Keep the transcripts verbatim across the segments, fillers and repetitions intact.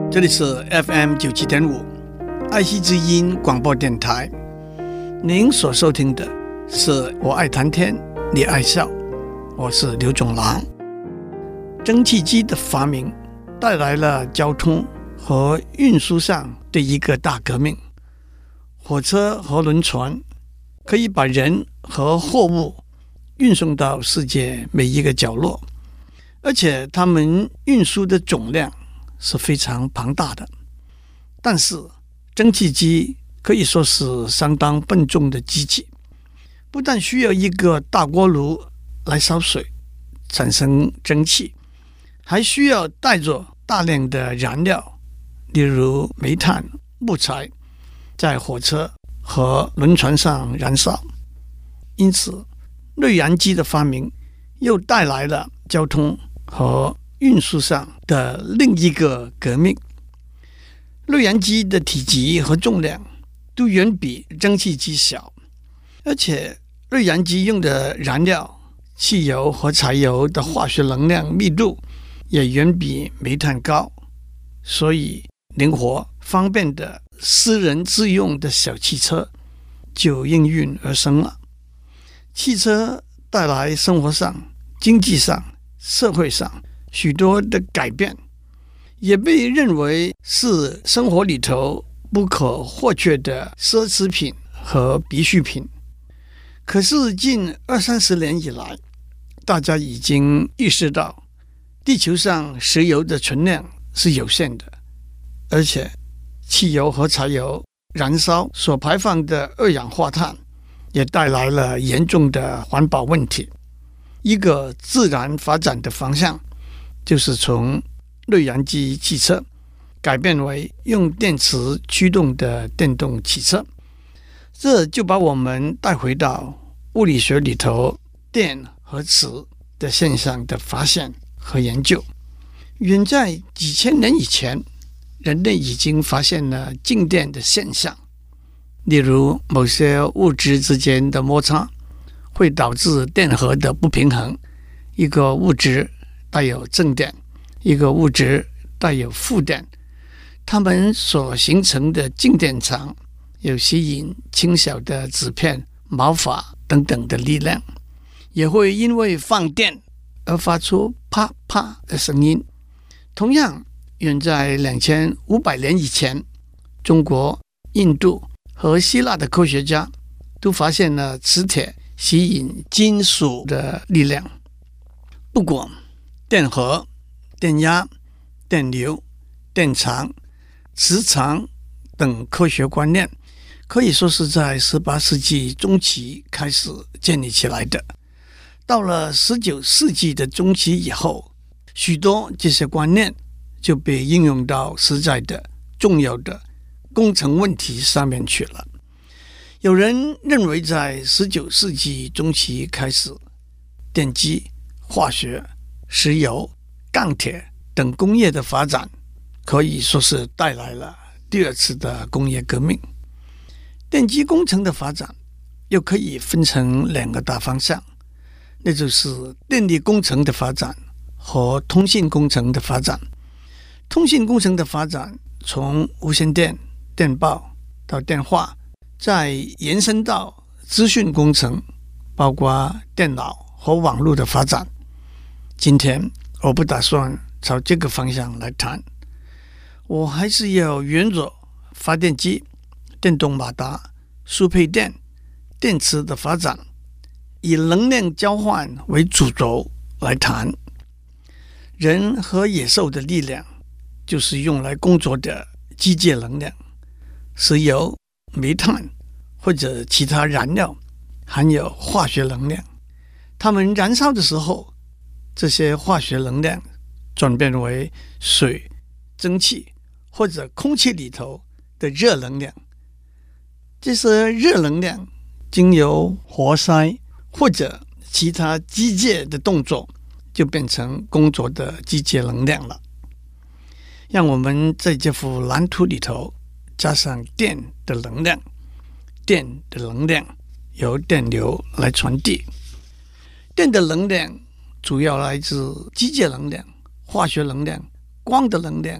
这里是 F M 九七点五爱惜之音广播电台，您所收听的是我爱谈天你爱笑，我是刘总郎。蒸汽机的发明带来了交通和运输上的一个大革命。火车和轮船可以把人和货物运送到世界每一个角落，而且它们运输的总量是非常庞大的。但是蒸汽机可以说是相当笨重的机器，不但需要一个大锅炉来烧水产生蒸汽，还需要带着大量的燃料，例如煤炭、木材，在火车和轮船上燃烧。因此内燃机的发明又带来了交通和运输上的另一个革命。内燃机的体积和重量都远比蒸汽机小，而且内燃机用的燃料汽油和柴油的化学能量密度也远比煤炭高，所以灵活方便的私人自用的小汽车就应运而生了。汽车带来生活上、经济上、社会上许多的改变，也被认为是生活里头不可或缺的奢侈品和必需品。可是近二三十年以来，大家已经意识到地球上石油的存量是有限的，而且汽油和柴油燃烧所排放的二氧化碳也带来了严重的环保问题。一个自然发展的方向就是从内燃机汽车改变为用电池驱动的电动汽车，这就把我们带回到物理学里头电和磁的现象的发现和研究。远在几千年以前，人类已经发现了静电的现象，例如某些物质之间的摩擦会导致电荷的不平衡，一个物质带有正电，一个物质带有负电，它们所形成的静电场有吸引轻小的纸片、毛发等等的力量，也会因为放电而发出啪啪的声音。同样，远在两千五百年以前，中国、印度和希腊的科学家都发现了磁铁吸引金属的力量。不过电荷、电压、电流、电场、磁场等科学观念可以说是在十八世纪中期开始建立起来的。到了十九世纪的中期以后，许多这些观念就被应用到实在的、重要的工程问题上面去了。有人认为在十九世纪中期开始，电机、化学、石油、钢铁等工业的发展可以说是带来了第二次的工业革命。电机工程的发展又可以分成两个大方向，那就是电力工程的发展和通信工程的发展。通信工程的发展从无线电、电报到电话，再延伸到资讯工程，包括电脑和网络的发展。今天我不打算朝这个方向来谈，我还是要沿着发电机、电动马达、输配电、电池的发展，以能量交换为主轴来谈。人和野兽的力量就是用来工作的机械能量。石油、煤炭或者其他燃料含有化学能量，它们燃烧的时候，这些化学能量转变为水、蒸汽或者空气里头的热能量。这些热能量经由活塞或者其他机械的动作，就变成工作的机械能量了。让我们在这幅蓝图里头加上电的能量，电的能量由电流来传递。电的能量主要来自机械能量、化学能量、光的能量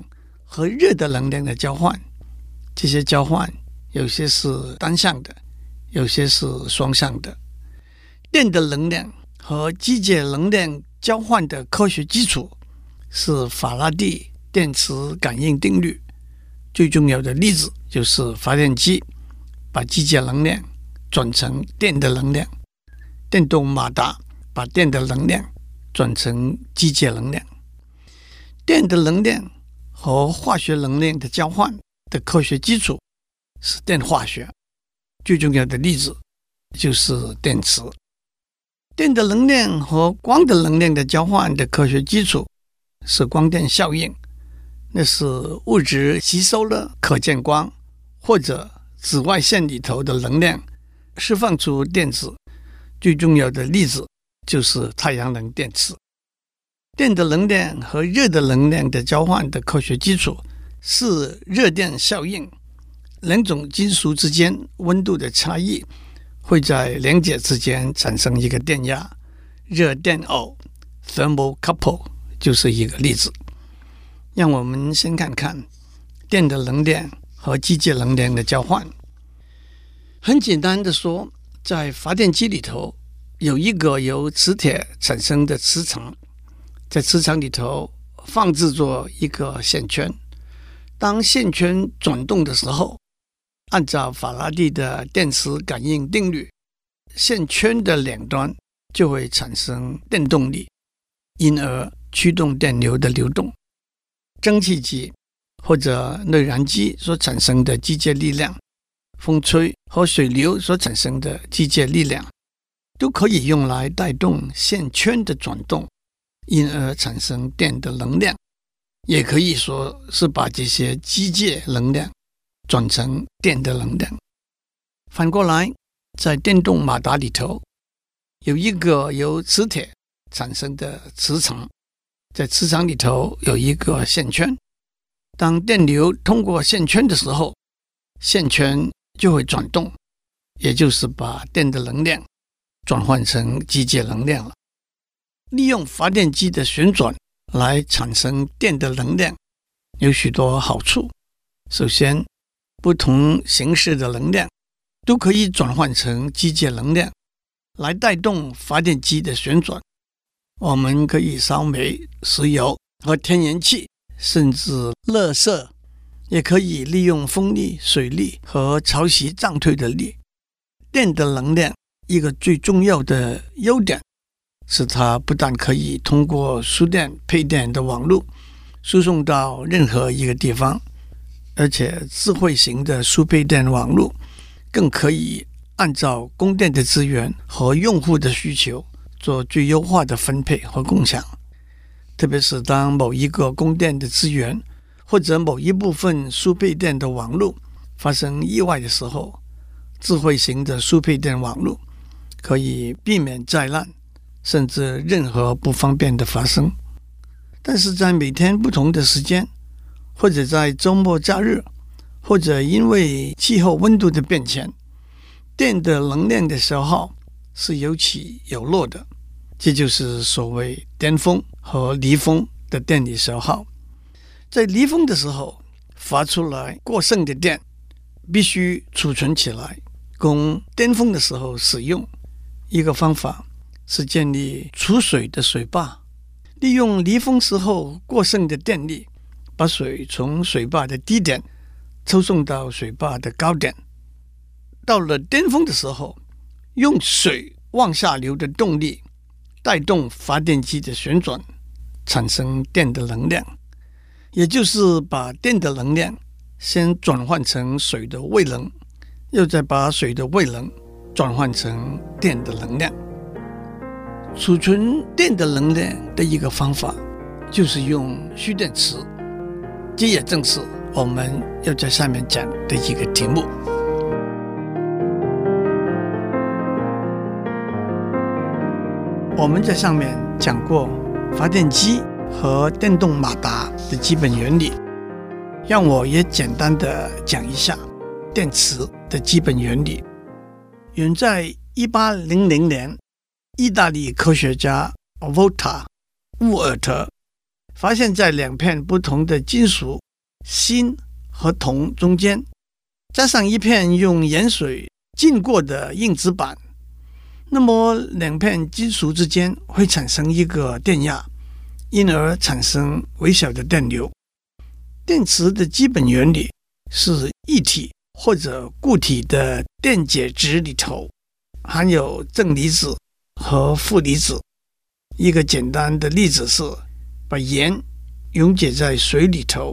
和热的能量的交换。这些交换有些是单向的，有些是双向的。电的能量和机械能量交换的科学基础是法拉第电磁感应定律。最重要的例子就是发电机把机械能量转成电的能量，电动马达把电的能量转成机械能量。电的能量和化学能量的交换的科学基础是电化学。最重要的例子就是电磁。电的能量和光的能量的交换的科学基础是光电效应。那是物质吸收了可见光或者紫外线里头的能量，释放出电子。最重要的例子就是太阳能电池。电的能量和热的能量的交换的科学基础是热电效应。两种金属之间温度的差异会在两者之间产生一个电压，热电偶 thermocouple 就是一个例子。让我们先看看电的能量和机械能量的交换。很简单的说，在发电机里头有一个由磁铁产生的磁场，在磁场里头放置着一个线圈。当线圈转动的时候，按照法拉第的电磁感应定律，线圈的两端就会产生电动力，因而驱动电流的流动。蒸汽机或者内燃机所产生的机械力量，风吹和水流所产生的机械力量，都可以用来带动线圈的转动，因而产生电的能量。也可以说是把这些机械能量转成电的能量。反过来，在电动马达里头有一个由磁铁产生的磁场，在磁场里头有一个线圈。当电流通过线圈的时候，线圈就会转动，也就是把电的能量转换成机械能量了。利用发电机的旋转来产生电的能量有许多好处。首先，不同形式的能量都可以转换成机械能量来带动发电机的旋转。我们可以烧煤、石油和天然气，甚至垃圾，也可以利用风力、水力和潮汐涨退的力。电的能量一个最重要的优点是它不但可以通过输电配电的网络输送到任何一个地方，而且智慧型的输配电网络更可以按照供电的资源和用户的需求做最优化的分配和共享。特别是当某一个供电的资源或者某一部分输配电的网络发生意外的时候，智慧型的输配电网络可以避免灾难，甚至任何不方便的发生。但是在每天不同的时间，或者在周末假日，或者因为气候温度的变迁，电的能量的消耗是有起有落的。这就是所谓巅峰和离峰的电力消耗。在离峰的时候发出来过剩的电必须储存起来，供巅峰的时候使用。一个方法是建立储水的水坝，利用离峰时候过剩的电力，把水从水坝的低点抽送到水坝的高点。到了巅峰的时候，用水往下流的动力带动发电机的旋转，产生电的能量。也就是把电的能量先转换成水的位能，又再把水的位能转换成电的能量。储存电的能量的一个方法就是用蓄电池，这也正是我们要在下面讲的一个题目。我们在上面讲过发电机和电动马达的基本原理，让我也简单的讲一下电池的基本原理。远在一八零零年，意大利科学家 Volta 沃尔特发现在两片不同的金属锌和铜中间，加上一片用盐水浸过的硬纸板，那么两片金属之间会产生一个电压，因而产生微小的电流。电池的基本原理是液体或者固体的电解质里头含有正离子和负离子。一个简单的例子是把盐溶解在水里头，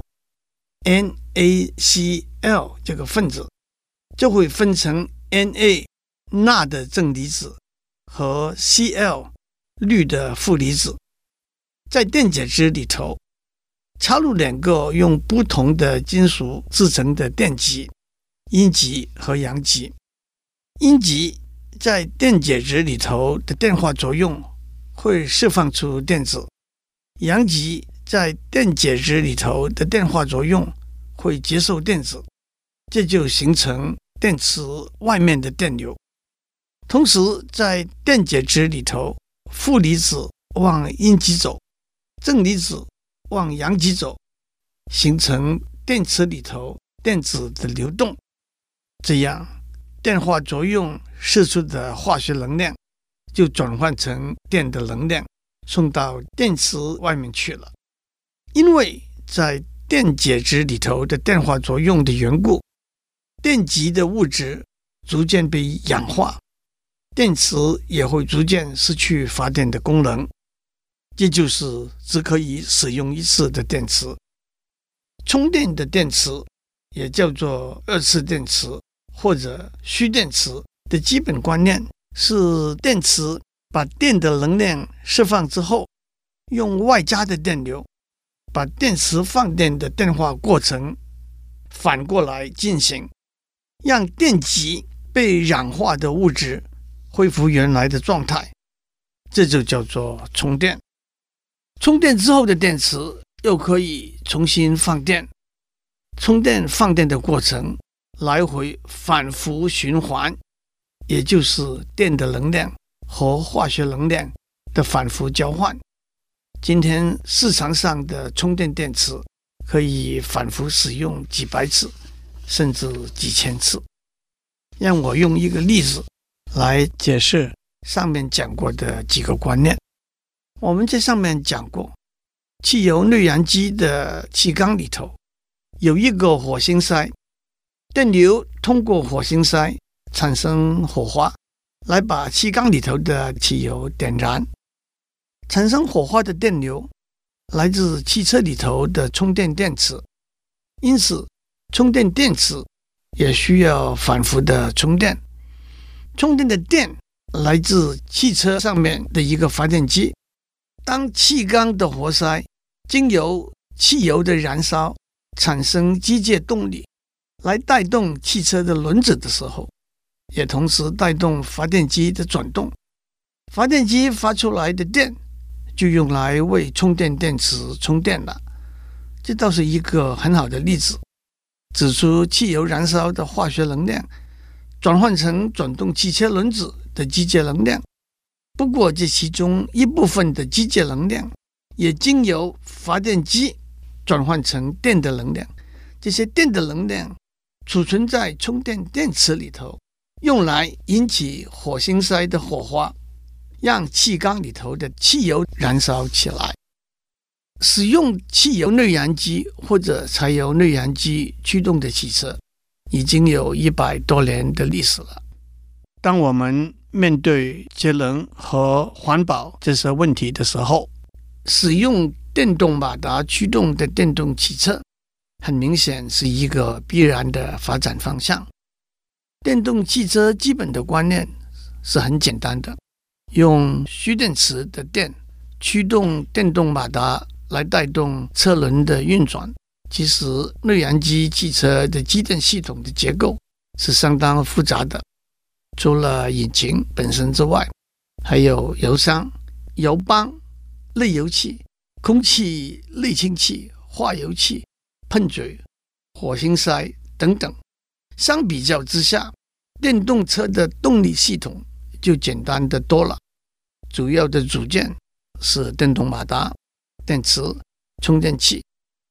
N A C L 这个分子就会分成 N A 钠的正离子和 C L 氯的负离子。在电解质里头插入两个用不同的金属制成的电极，阴极和阳极。阴极在电解质里头的电化作用会释放出电子，阳极在电解质里头的电化作用会接受电子，这就形成电池外面的电流。同时在电解质里头，负离子往阴极走，正离子往阳极走，形成电池里头电子的流动。这样电化作用释出的化学能量就转换成电的能量，送到电池外面去了。因为在电解质里头的电化作用的缘故，电极的物质逐渐被氧化，电池也会逐渐失去发电的功能，这就是只可以使用一次的电池。充电的电池也叫做二次电池或者蓄电池的基本观念是，电池把电的能量释放之后，用外加的电流把电池放电的电化过程反过来进行，让电极被氧化的物质恢复原来的状态，这就叫做充电。充电之后的电池又可以重新放电，充电放电的过程来回反复循环，也就是电的能量和化学能量的反复交换。今天市场上的充电电池可以反复使用几百次甚至几千次。让我用一个例子来解释上面讲过的几个观念。我们在上面讲过，汽油内燃机的气缸里头有一个火星塞，电流通过火星塞产生火花，来把气缸里头的汽油点燃。产生火花的电流来自汽车里头的充电电池，因此充电电池也需要反复的充电。充电的电来自汽车上面的一个发电机，当气缸的活塞经由汽油的燃烧产生机械动力来带动汽车的轮子的时候，也同时带动发电机的转动。发电机发出来的电就用来为充电电池充电了。这倒是一个很好的例子，指出汽油燃烧的化学能量转换成转动汽车轮子的机械能量。不过这其中一部分的机械能量也经由发电机转换成电的能量，这些电的能量储存在充电电池里头，用来引起火星塞的火花，让气缸里头的汽油燃烧起来。使用汽油内燃机或者柴油内燃机驱动的汽车已经有一百多年的历史了。当我们面对节能和环保这些问题的时候，使用电动马达驱动的电动汽车很明显是一个必然的发展方向。电动汽车基本的观念是很简单的，用蓄电池的电驱动电动马达来带动车轮的运转。其实内燃机汽车的机电系统的结构是相当复杂的，除了引擎本身之外，还有油箱、油泵、内油器、空气内氢气、化油器、喷嘴、火星塞等等。相比较之下，电动车的动力系统就简单的多了。主要的组件是电动马达、电池、充电器，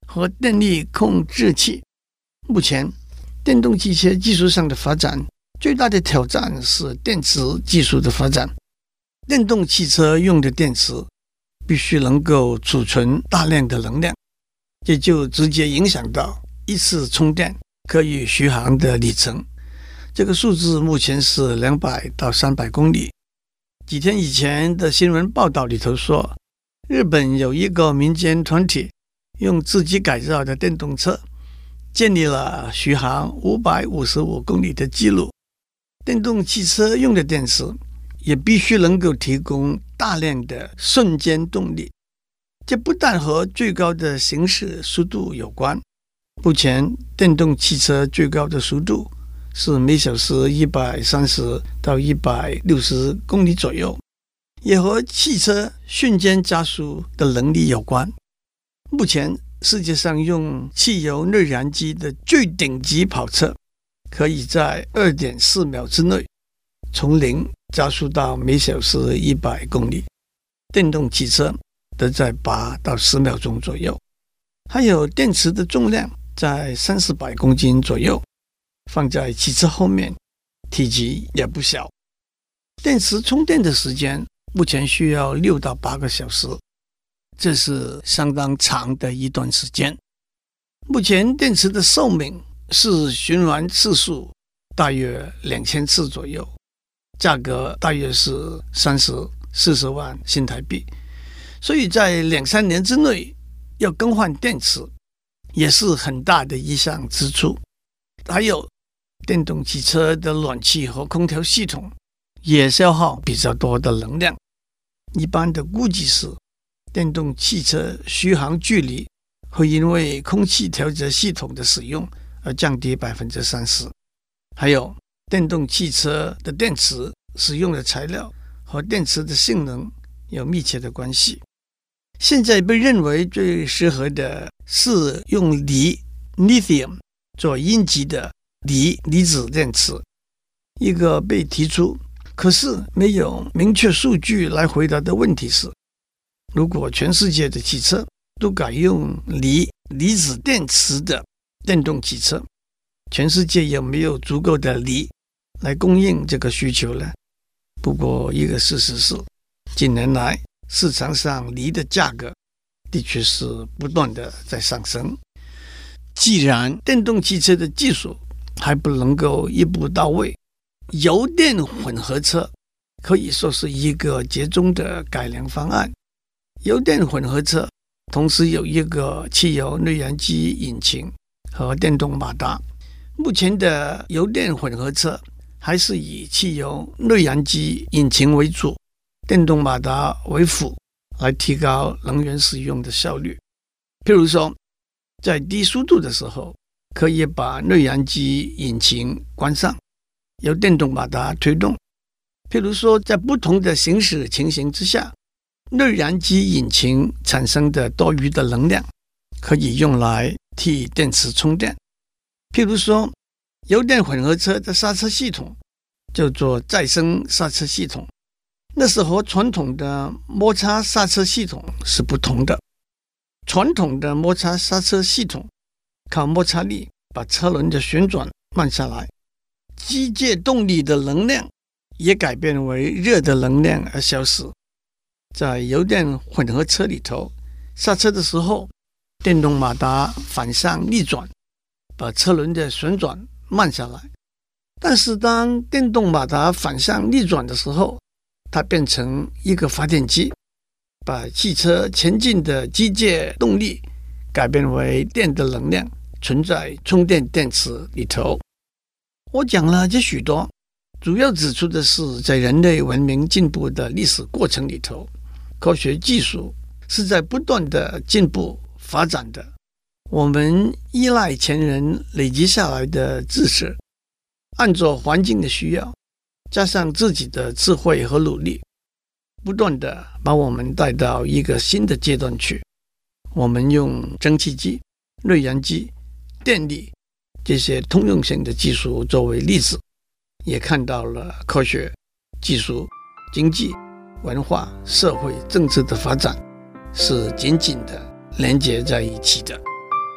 和电力控制器。目前电动汽车技术上的发展最大的挑战是电池技术的发展。电动汽车用的电池必须能够储存大量的能量，这就直接影响到一次充电可以续航的里程。这个数字目前是两百到三百公里。几天以前的新闻报道里头说，日本有一个民间团体用自己改造的电动车建立了续航五百五十五公里的记录。电动汽车用的电池也必须能够提供大量的瞬间动力，这不但和最高的行驶速度有关，目前电动汽车最高的速度是每小时一百三十到一百六十公里左右，也和汽车瞬间加速的能力有关。目前世界上用汽油内燃机的最顶级跑车可以在 二点四秒之内从零加速到每小时一百公里，电动汽车得在八到十秒钟左右。还有电池的重量在三四百公斤左右，放在汽车后面，体积也不小。电池充电的时间目前需要六到八个小时，这是相当长的一段时间。目前电池的寿命是循环次数大约两千次左右，价格大约是三十、四十万新台币，所以在两三年之内要更换电池也是很大的一项支出。还有电动汽车的暖气和空调系统也消耗比较多的能量，一般的估计是电动汽车续航距离会因为空气调节系统的使用而降低 百分之三十。 还有电动汽车的电池使用的材料和电池的性能有密切的关系。现在被认为最适合的是用锂 lithium 做阴极的锂离子电池。一个被提出可是没有明确数据来回答的问题是，如果全世界的汽车都改用锂离子电池的电动汽车，全世界有没有足够的锂来供应这个需求呢？不过一个事实是，近年来市场上锂的价格的确是不断的在上升。既然电动汽车的技术还不能够一步到位，油电混合车可以说是一个折中的改良方案。油电混合车同时有一个汽油内燃机引擎和电动马达。目前的油电混合车还是以汽油内燃机引擎为主，电动马达为辅，来提高能源使用的效率。譬如说，在低速度的时候，可以把内燃机引擎关上，由电动马达推动。譬如说，在不同的行驶情形之下，内燃机引擎产生的多余的能量可以用来替电池充电。譬如说，油电混合车的刹车系统叫做再生刹车系统，那是和传统的摩擦刹车系统是不同的。传统的摩擦刹车系统靠摩擦力把车轮的旋转慢下来，机械动力的能量也改变为热的能量而消失。在油电混合车里头，刹车的时候，电动马达反向逆转，把车轮的旋转慢下来。但是当电动马达反向逆转的时候，它变成一个发电机，把汽车前进的机械动力改变为电的能量，存在充电电池里头。我讲了这许多，主要指出的是，在人类文明进步的历史过程里头，科学技术是在不断的进步发展的。我们依赖前人累积下来的知识，按照环境的需要，加上自己的智慧和努力，不断的把我们带到一个新的阶段去。我们用蒸汽机、内燃机、电力这些通用性的技术作为例子，也看到了科学、技术、经济、文化、社会、政治的发展是紧紧的连接在一起的。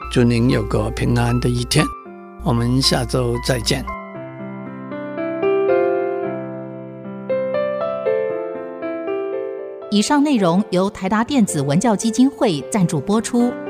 祝您有个平安的一天，我们下周再见。 以上内容由台达电子文教基金会赞助播出。